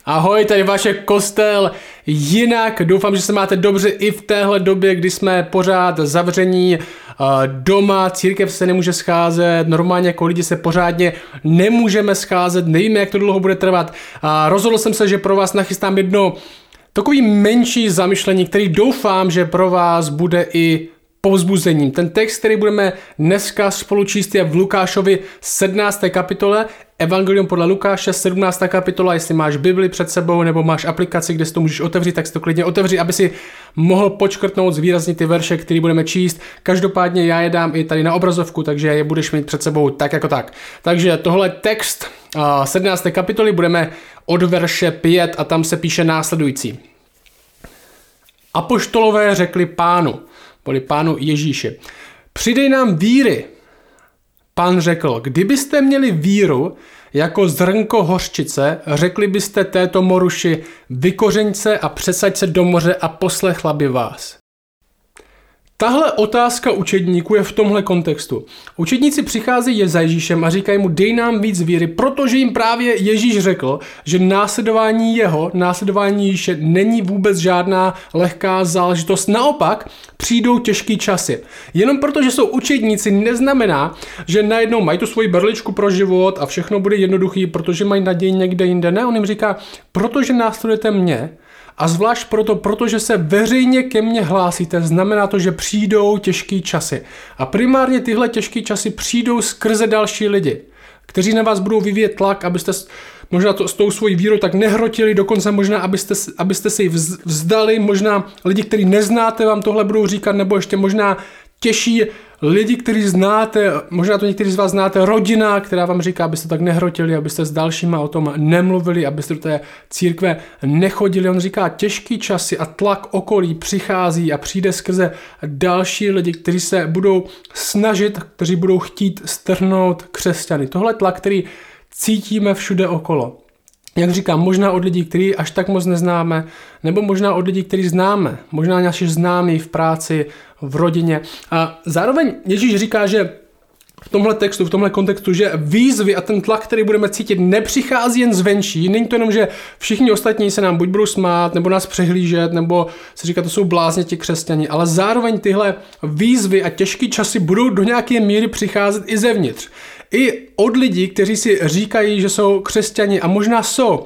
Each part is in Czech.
Ahoj, tady vaše Kostel jinak. Doufám, že se máte dobře i v téhle době, kdy jsme pořád zavření doma, církev se nemůže scházet, normálně jako lidi se pořádně nemůžeme scházet, nevíme, jak to dlouho bude trvat. Rozhodl jsem se, že pro vás nachystám jedno takový menší zamyšlení, který doufám, že pro vás bude i povzbuzením. Ten text, který budeme dneska spolu číst, je v Lukášovi 17. kapitole, Evangelium podle Lukáše 17. kapitola. Jestli máš Bibli před sebou nebo máš aplikaci, kde si to můžeš otevřít, tak si to klidně otevři, aby si mohl počkrtnout zvýraznit ty verše, které budeme číst. Každopádně já je dám i tady na obrazovku, takže je budeš mít před sebou tak jako tak. Takže tohle text 17. kapitoly, budeme od verše 5 a tam se píše následující. Apoštolové řekli pánu Ježíši, přidej nám víry. Pán řekl, kdybyste měli víru jako zrnko hořčice, řekli byste této moruši, vykořeň se a přesaď se do moře a poslechla by vás. Tahle otázka učedníků je v tomhle kontextu. Učedníci přicházejí za Ježíšem a říkají mu, dej nám víc víry, protože jim právě Ježíš řekl, že následování Ježíše není vůbec žádná lehká záležitost. Naopak přijdou těžký časy. Jenom protože jsou učedníci neznamená, že najednou mají tu svoji berličku pro život a všechno bude jednoduchý, protože mají naději někde jinde. Ne, on jim říká, protože následujete mě, a zvlášť protože se veřejně ke mně hlásíte, znamená to, že přijdou těžký časy. A primárně tyhle těžké časy přijdou skrze další lidi, kteří na vás budou vyvíjet tlak, abyste možná s tou svojí vírou tak nehrotili, dokonce možná, abyste se ji vzdali, možná lidi, který neznáte, vám tohle budou říkat, nebo ještě možná těžší lidi, kteří znáte, možná to někteří z vás znáte, rodina, která vám říká, abyste tak nehrotili, abyste s dalšíma o tom nemluvili, abyste do té církve nechodili. On říká, těžký časy a tlak okolí přichází a přijde skrze další lidi, kteří se budou snažit, kteří budou chtít strhnout křesťany. Tohle tlak, který cítíme všude okolo. Jak říkám, možná od lidí, který až tak moc neznáme, nebo možná od lidí, který známe, možná naši známí v práci, v rodině. A zároveň Ježíš říká, že v tomhle textu, v tomhle kontextu, že výzvy a ten tlak, který budeme cítit, nepřichází jen zvenčí. Není to jenom, že všichni ostatní se nám buď budou smát, nebo nás přehlížet, nebo se říká, to jsou blázni ti křesťani, ale zároveň tyhle výzvy a těžké časy budou do nějaké míry přicházet i zevnitř. I od lidí, kteří si říkají, že jsou křesťani a možná jsou.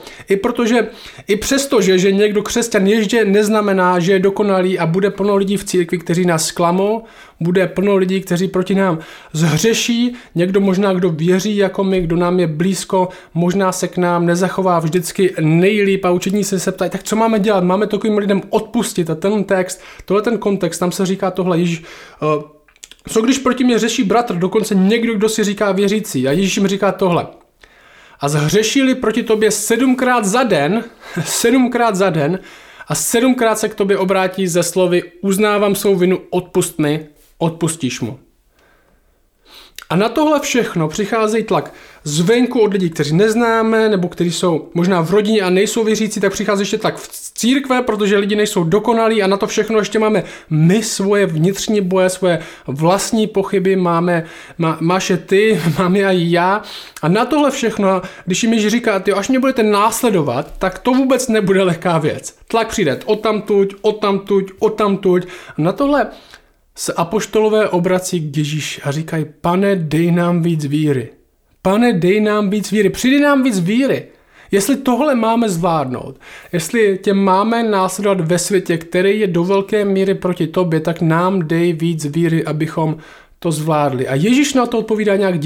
I přesto, že někdo křesťan ještě neznamená, že je dokonalý a bude plno lidí v církvi, kteří nás zklamou, bude plno lidí, kteří proti nám zhřeší, někdo možná, kdo věří jako my, kdo nám je blízko, možná se k nám nezachová vždycky nejlíp a učedníci se ptají, tak co máme dělat? Máme takovým lidem odpustit a ten text, tohle ten kontext, tam se říká tohle, Ježíš, co když proti mě řeší bratr, dokonce někdo, kdo si říká věřící a Ježíš jim říká tohle. A zhřešili proti tobě 7krát za den a 7krát se k tobě obrátí ze slovy uznávám svou vinu, odpust mi, odpustíš mu. A na tohle všechno přicházejí tlak zvenku od lidí, kteří neznáme, nebo kteří jsou možná v rodině a nejsou věřící, tak přichází ještě tlak v církve, protože lidi nejsou dokonalí a na to všechno ještě máme my svoje vnitřní boje, svoje vlastní pochyby, máš je ty, mám je i já. A na tohle všechno, když jim Ježíš říká, až mě budete následovat, tak to vůbec nebude lehká věc. Tlak přijde odtamtuť. A na tohle se apoštolové obrací k Ježíši a říkají, pane, dej nám víc víry. Pane, dej nám víc víry. Přidej nám víc víry. Jestli tohle máme zvládnout, jestli tě máme následovat ve světě, který je do velké míry proti tobě, tak nám dej víc víry, abychom to zvládli. A Ježíš na to odpovídá nějak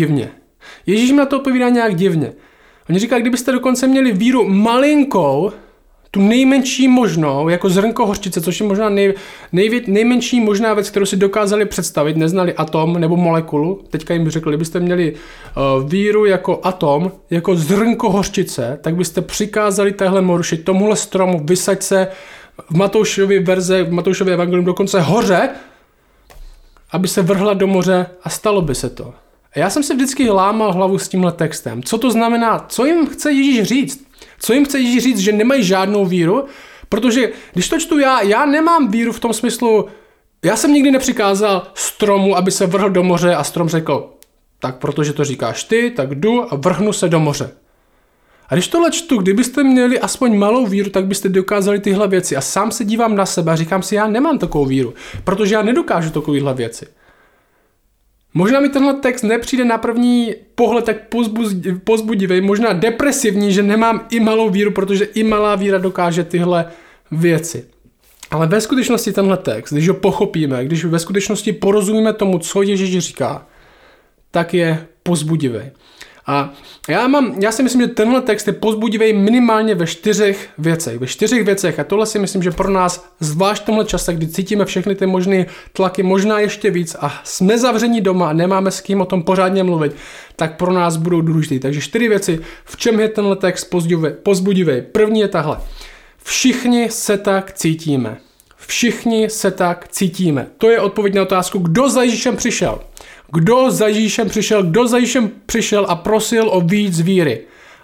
divně. On říká, kdybyste dokonce měli víru malinkou, tu nejmenší možnou, jako zrnko hořčice, což je možná nejmenší možná věc, kterou si dokázali představit, neznali atom nebo molekulu. Teďka jim řekl, kdybyste měli víru jako atom, jako zrnko hořčice, tak byste přikázali téhle moruši, tomuhle stromu, vysaď se v Matoušově evangelium dokonce hoře, aby se vrhla do moře a stalo by se to. A já jsem si vždycky lámal hlavu s tímhle textem. Co to znamená? Co jim chce Ježíš říct? Co jim chce Ježíš říct, že nemají žádnou víru? Protože když to čtu já nemám víru v tom smyslu, já jsem nikdy nepřikázal stromu, aby se vrhl do moře a strom řekl, tak protože to říkáš ty, tak jdu a vrhnu se do moře. A když tohle čtu, kdybyste měli aspoň malou víru, tak byste dokázali tyhle věci. A sám se dívám na sebe a říkám si, já nemám takovou víru, protože já nedokážu takovýhle věci. Možná mi tenhle text nepřijde na první pohled tak povzbudivý, možná depresivní, že nemám i malou víru, protože i malá víra dokáže tyhle věci. Ale ve skutečnosti tenhle text, když ho pochopíme, když ve skutečnosti porozumíme tomu, co Ježíš říká, tak je povzbudivý. A já si myslím, že tenhle text je povzbudivý minimálně ve 4 věcech. A tohle si myslím, že pro nás, zvlášť v tomhle čase, kdy cítíme všechny ty možné tlaky, možná ještě víc a jsme zavření doma a nemáme s kým o tom pořádně mluvit, tak pro nás budou důležitý. Takže 4 věci, v čem je tenhle text povzbudivý. První je tahle. Všichni se tak cítíme. Všichni se tak cítíme. To je odpověď na otázku, kdo za Ježíšem přišel. Kdo za Ježíšem přišel a prosil o víc víry?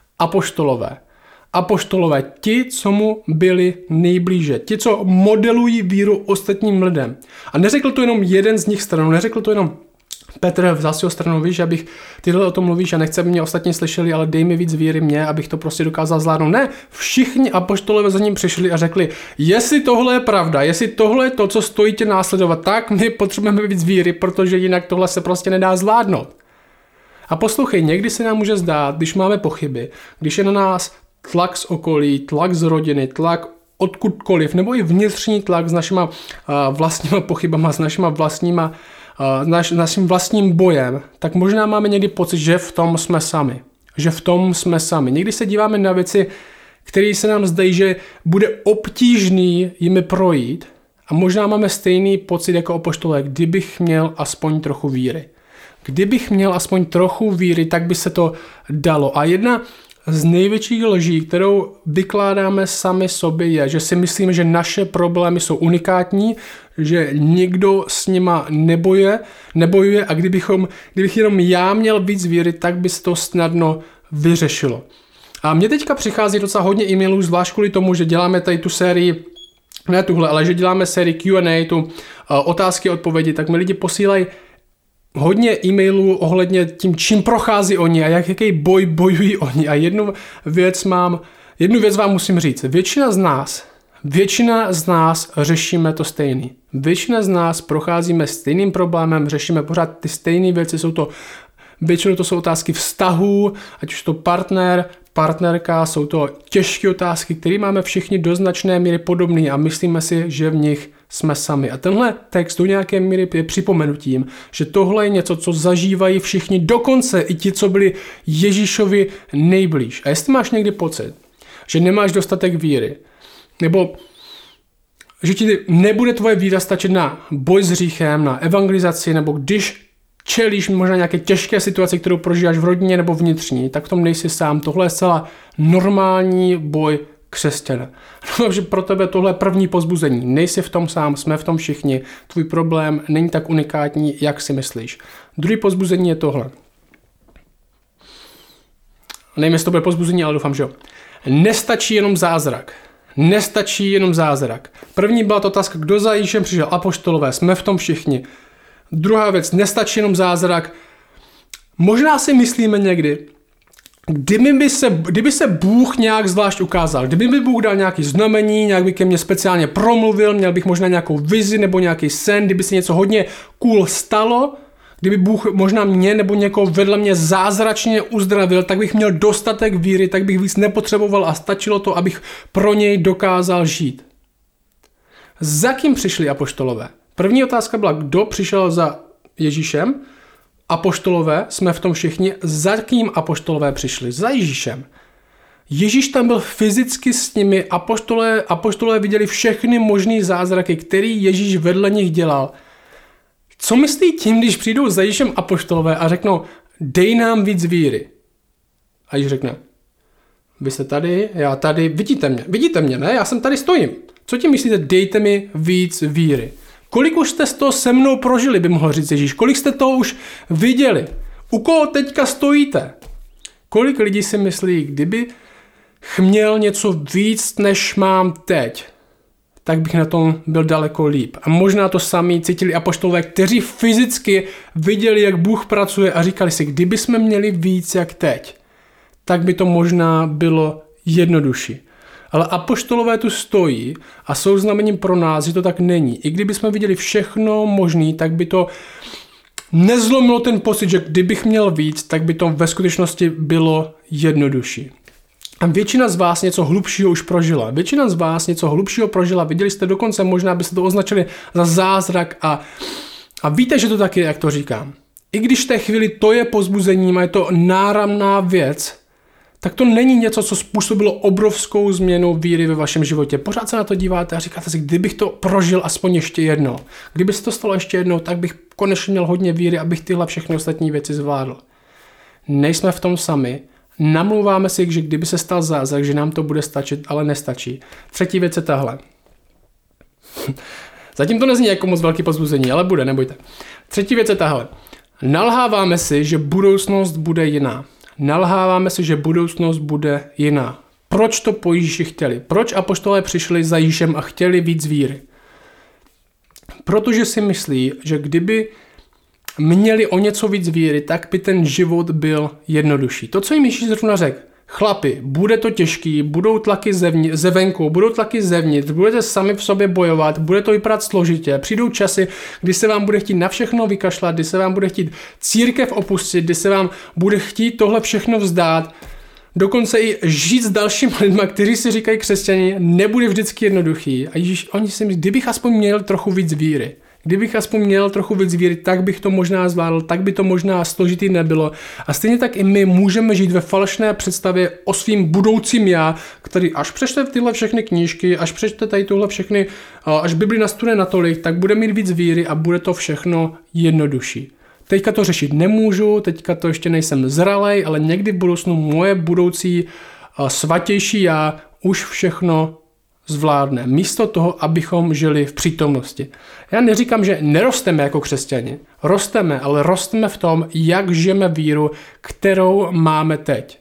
Apoštolové, ti, co mu byli nejblíže, ti, co modelují víru ostatním lidem. A neřekl to jenom jeden z nich stranou, neřekl to jenom Petr vzal si ho stranou, víš, abych tyhle o tom mluvíš a nechce, aby mě ostatní slyšeli, ale dej mi víc víry mě, abych to prostě dokázal zvládnout. Ne, všichni apoštolové za ním přišli a řekli, jestli tohle je pravda, jestli tohle je to, co stojí tě následovat, tak my potřebujeme víc víry, protože jinak tohle se prostě nedá zvládnout. A poslouchej, někdy se nám může zdát, když máme pochyby, když je na nás tlak z okolí, tlak z rodiny, tlak odkudkoliv, nebo i vnitřní tlak s našima vlastníma pochybama, s našima vlastníma naším vlastním bojem, tak možná máme někdy pocit, že v tom jsme sami. Někdy se díváme na věci, které se nám zdají, že bude obtížný jimi projít a možná máme stejný pocit jako apoštolé, kdybych měl aspoň trochu víry. Kdybych měl aspoň trochu víry, tak by se to dalo. A jedna z největších lží, kterou vykládáme sami sobě, je, že si myslíme, že naše problémy jsou unikátní, že nikdo s nima nebojuje a kdybych jenom já měl víc víry, tak by se to snadno vyřešilo. A mně teďka přichází docela hodně e-mailů, zvlášť kvůli tomu, že děláme tady tu sérii, ne tuhle, ale že děláme sérii Q&A, tu otázky a odpovědi, tak mi lidi posílají hodně e-mailů ohledně tím, čím prochází oni a jaký boj bojují oni. A jednu věc vám musím říct. Většina z nás řešíme to stejný. Většina z nás procházíme stejným problémem, řešíme pořád ty stejné věci, většinou to jsou otázky vztahů, ať už to partnerka, jsou to těžké otázky, které máme všichni do značné míry podobné a myslíme si, že v nich jsme sami. A tenhle text do nějaké míry je připomenutím, že tohle je něco, co zažívají všichni, dokonce i ti, co byli Ježíšovi nejblíž. A jestli máš někdy pocit, že nemáš dostatek víry, nebo že ti nebude tvoje víra stačit na boj s hříchem, na evangelizaci, nebo když čelíš možná nějaké těžké situaci, kterou prožíváš v rodině nebo vnitřní, tak v tom nejsi sám. Tohle je zcela normální boj křesťana. Takže pro tebe tohle je první povzbuzení. Nejsi v tom sám, jsme v tom všichni. Tvůj problém není tak unikátní, jak si myslíš. Druhý povzbuzení je tohle. Nevím, jestli to bude povzbuzení, ale doufám, že jo. Nestačí jenom zázrak. První byla to otázka, kdo za Ježíšem přišel. Apoštolové, jsme v tom všichni. Druhá věc, nestačí jenom zázrak. Možná si myslíme někdy, kdyby se Bůh nějak zvlášť ukázal, kdyby mi Bůh dal nějaký znamení, nějak by ke mně speciálně promluvil, měl bych možná nějakou vizi nebo nějaký sen, kdyby se něco hodně cool stalo, kdyby Bůh možná mě nebo někoho vedle mě zázračně uzdravil, tak bych měl dostatek víry, tak bych víc nepotřeboval a stačilo to, abych pro něj dokázal žít. Za kým přišli apoštolové? První otázka byla, kdo přišel za Ježíšem? Apoštolové, jsme v tom všichni. Za kým apoštolové přišli? Za Ježíšem. Ježíš tam byl fyzicky s nimi, apoštolové viděli všechny možné zázraky, který Ježíš vedle nich dělal. Co myslí tím, když přijdou za Ježíšem apoštolové a řeknou, dej nám víc víry? A Ježíš řekne, vy jste tady, já tady, vidíte mě, ne? Já jsem tady stojím. Co tím myslíte, dejte mi víc víry? Kolik už jste z toho se mnou prožili, by mohl říct Ježíš. Kolik jste toho už viděli? U koho teďka stojíte? Kolik lidí si myslí, kdyby měl něco víc, než mám teď, tak bych na tom byl daleko líp. A možná to sami cítili apoštolové, kteří fyzicky viděli, jak Bůh pracuje a říkali si, kdyby jsme měli víc jak teď, tak by to možná bylo jednodušší. Ale apoštolové tu stojí a jsou znamením pro nás, že to tak není. I kdybychom viděli všechno možné, tak by to nezlomilo ten pocit, že kdybych měl víc, tak by to ve skutečnosti bylo jednodušší. A většina z vás něco hlubšího už prožila. Většina z vás něco hlubšího prožila. Viděli jste dokonce, možná byste to označili za zázrak a víte, že to tak je, jak to říkám. I když v té chvíli to je povzbuzením a je to náramná věc, tak to není něco, co způsobilo obrovskou změnu víry ve vašem životě. Pořád se na to díváte a říkáte si, kdybych to prožil aspoň ještě jednou. Kdyby se to stalo ještě jednou, tak bych konečně měl hodně víry, abych tyhle všechny ostatní věci zvládl. Nejsme v tom sami. Namlouváme si, že kdyby se stal zázrak, že nám to bude stačit, ale nestačí. Třetí věc je tahle. Zatím to nezní jako moc velký povzbuzení, ale bude, nebojte. Třetí věc je tahle. Nalháváme si, že budoucnost bude jiná. Nalháváme si, že budoucnost bude jiná. Proč to po Ježíši chtěli? Proč apoštolé přišli za Ježíšem a chtěli víc víry? Protože si myslí, že kdyby měli o něco víc víry, tak by ten život byl jednodušší. To, co jim Ježíš zrovna řekl. Chlapi, bude to těžký, budou tlaky zevenku, budou tlaky zevnitř, budete sami v sobě bojovat, bude to vypadat složitě, přijdou časy, kdy se vám bude chtít na všechno vykašlat, kdy se vám bude chtít církev opustit, kdy se vám bude chtít tohle všechno vzdát, dokonce i žít s dalšími lidmi, kteří si říkají křesťani, nebude vždycky jednoduchý. A Ježíš, oni si myslí, kdybych aspoň měl trochu víc víry, tak bych to možná zvládl, tak by to možná složitý nebylo. A stejně tak i my můžeme žít ve falešné představě o svým budoucím já, který až přečte tyhle všechny knížky, až přečte tady tohle všechny, až Bibli nastuduje natolik, tak bude mít víc víry a bude to všechno jednodušší. Teďka to řešit nemůžu, teďka to ještě nejsem zralej, ale někdy v budoucnu moje budoucí svatější já už všechno zvládne. Místo toho, abychom žili v přítomnosti. Já neříkám, že nerosteme jako křesťani. Rosteme, ale rosteme v tom, jak žijeme víru, kterou máme teď.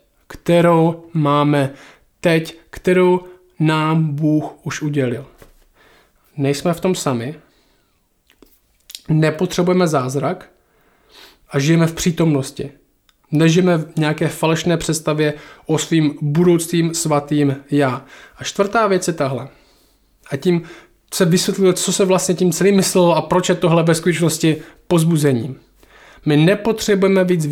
Kterou nám Bůh už udělil. Nejsme v tom sami. Nepotřebujeme zázrak a žijeme v přítomnosti. Nežijeme v nějaké falešné představě o svým budoucím svatým já. A čtvrtá věc je tahle. A tím se vysvětluje, co se vlastně tím celým myslelo a proč je tohle ve skutečnosti povzbuzením. My nepotřebujeme víc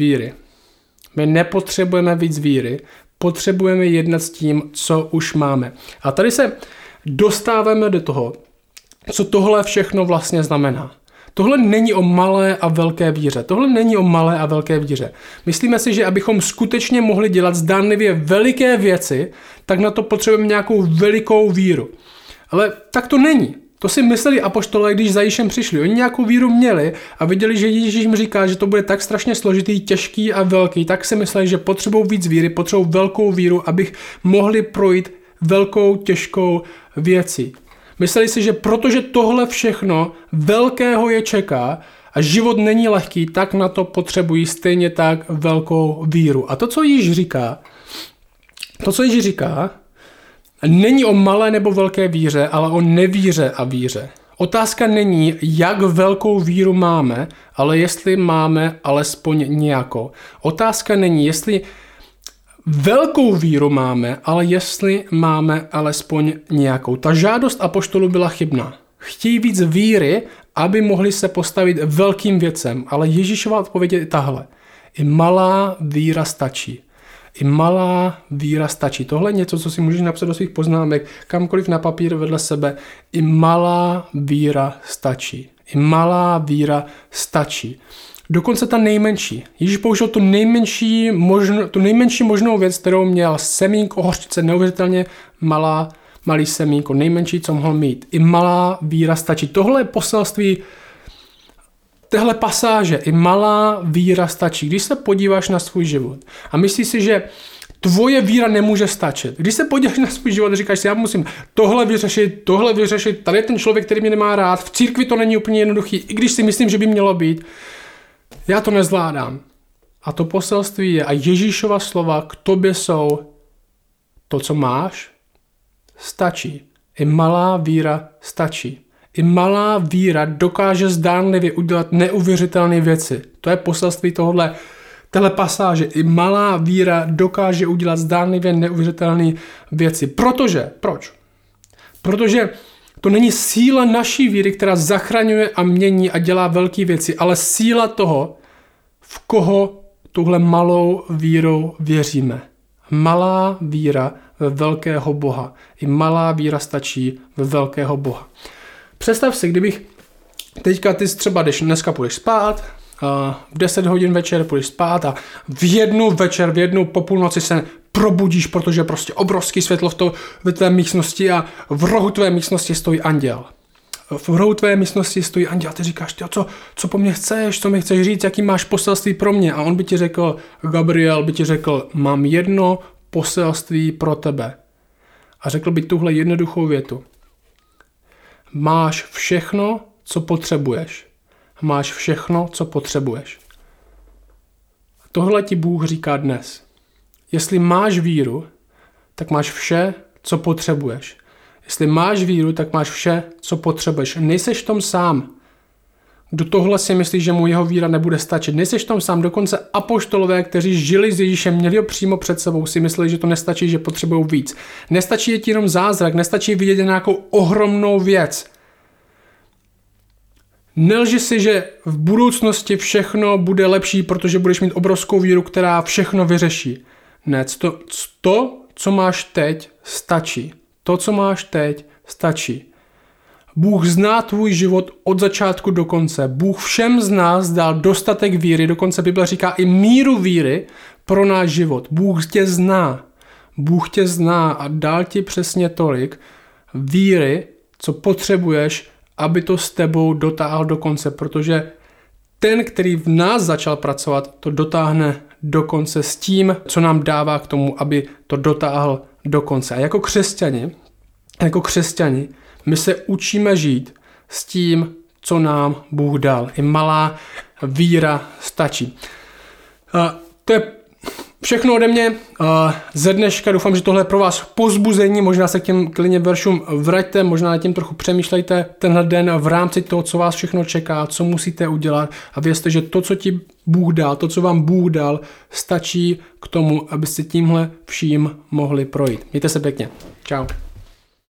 víry. Potřebujeme jednat s tím, co už máme. A tady se dostáváme do toho, co tohle všechno vlastně znamená. Tohle není o malé a velké víře. Myslíme si, že abychom skutečně mohli dělat zdánlivě veliké věci, tak na to potřebujeme nějakou velikou víru. Ale tak to není. To si mysleli apoštolé, když za Ježíšem přišli. Oni nějakou víru měli a viděli, že Ježíš jim říká, že to bude tak strašně složitý, těžký a velký, tak si mysleli, že potřebují víc víry, potřebují velkou víru, abych mohli projít velkou, těžkou věcí. Mysleli si, že protože tohle všechno velkého je čeká a život není lehký, tak na to potřebují stejně tak velkou víru. A to, co Ježíš říká, není o malé nebo velké víře, ale o nevíře a víře. Otázka není, jak velkou víru máme, ale jestli máme alespoň nějakou. Otázka není, jestli velkou víru máme, ale jestli máme alespoň nějakou. Ta žádost apoštolů byla chybná. Chtějí víc víry, aby mohli se postavit velkým věcem, ale Ježíšova odpověď je tahle. I malá víra stačí. Tohle je něco, co si můžeš napsat do svých poznámek, kamkoliv na papír vedle sebe. I malá víra stačí. Dokonce ta nejmenší. Ježíš použil tu nejmenší možnou věc, kterou měl semínko hořčice, neuvěřitelně malý semínko, nejmenší, co mohl mít. I malá víra stačí. Tohle je poselství téhle pasáže. I malá víra stačí. Když se podíváš na svůj život a myslíš si, že tvoje víra nemůže stačit. Když se podíváš na svůj život a říkáš si, já musím tohle vyřešit, tady je ten člověk, který mě nemá rád, v církvi to není úplně jednoduchý, i když si myslím, že by mělo být, já to nezvládám. A to poselství je, a Ježíšova slova k tobě jsou, to, co máš, stačí. I malá víra stačí. I malá víra dokáže zdánlivě udělat neuvěřitelné věci. To je poselství téhle pasáže. I malá víra dokáže udělat zdánlivě neuvěřitelné věci. Proč? Protože to není síla naší víry, která zachraňuje a mění a dělá velké věci, ale síla toho, v koho tuhle malou vírou věříme. Malá víra ve velkého Boha. I malá víra stačí ve velkého Boha. Představ si, kdybych teďka ty třeba dneska půjdeš spát, v 10 hodin večer půjdeš spát a v jednu po půlnoci se probudíš, protože prostě obrovský světlo v tvé místnosti a v rohu tvé místnosti stojí anděl. V rohu tvé místnosti stojí anděl a ty říkáš, co po mně chceš, co mi chceš říct, jaký máš poselství pro mě. A on by ti řekl, Gabriel by ti řekl, mám jedno poselství pro tebe. A řekl by tuhle jednoduchou větu. Máš všechno, co potřebuješ. Máš všechno, co potřebuješ. Tohle ti Bůh říká dnes. Jestli máš víru, tak máš vše, co potřebuješ. Jestli máš víru, tak máš vše, co potřebuješ. Nejseš v tom sám. Kdo tohle si myslí, že mu jeho víra nebude stačit. Nejseš v tom sám. Dokonce apoštolové, kteří žili s Ježíšem, měli ho přímo před sebou, si mysleli, že to nestačí, že potřebují víc. Nestačí je ti jenom zázrak, nestačí vidět nějakou ohromnou věc. Nelži si, že v budoucnosti všechno bude lepší, protože budeš mít obrovskou víru, která všechno vyřeší. Ne, to, co máš teď, stačí. To, co máš teď, stačí. Bůh zná tvůj život od začátku do konce. Bůh všem z nás dal dostatek víry, dokonce Bible říká i míru víry pro náš život. Bůh tě zná. Bůh tě zná a dal ti přesně tolik víry, co potřebuješ, aby to s tebou dotáhl do konce, protože ten, který v nás začal pracovat, to dotáhne do konce s tím, co nám dává k tomu, aby to dotáhl do konce. A jako křesťani, my se učíme žít s tím, co nám Bůh dal. I malá víra stačí. To je všechno ode mě ze dneška. Doufám, že tohle je pro vás povzbuzení. Možná se k těm klidně veršům vraťte, možná na tím trochu přemýšlejte tenhle den v rámci toho, co vás všechno čeká, co musíte udělat a vězte, že to, co ti Bůh dal, to, co vám Bůh dal, stačí k tomu, abyste tímhle vším mohli projít. Mějte se pěkně. Čau.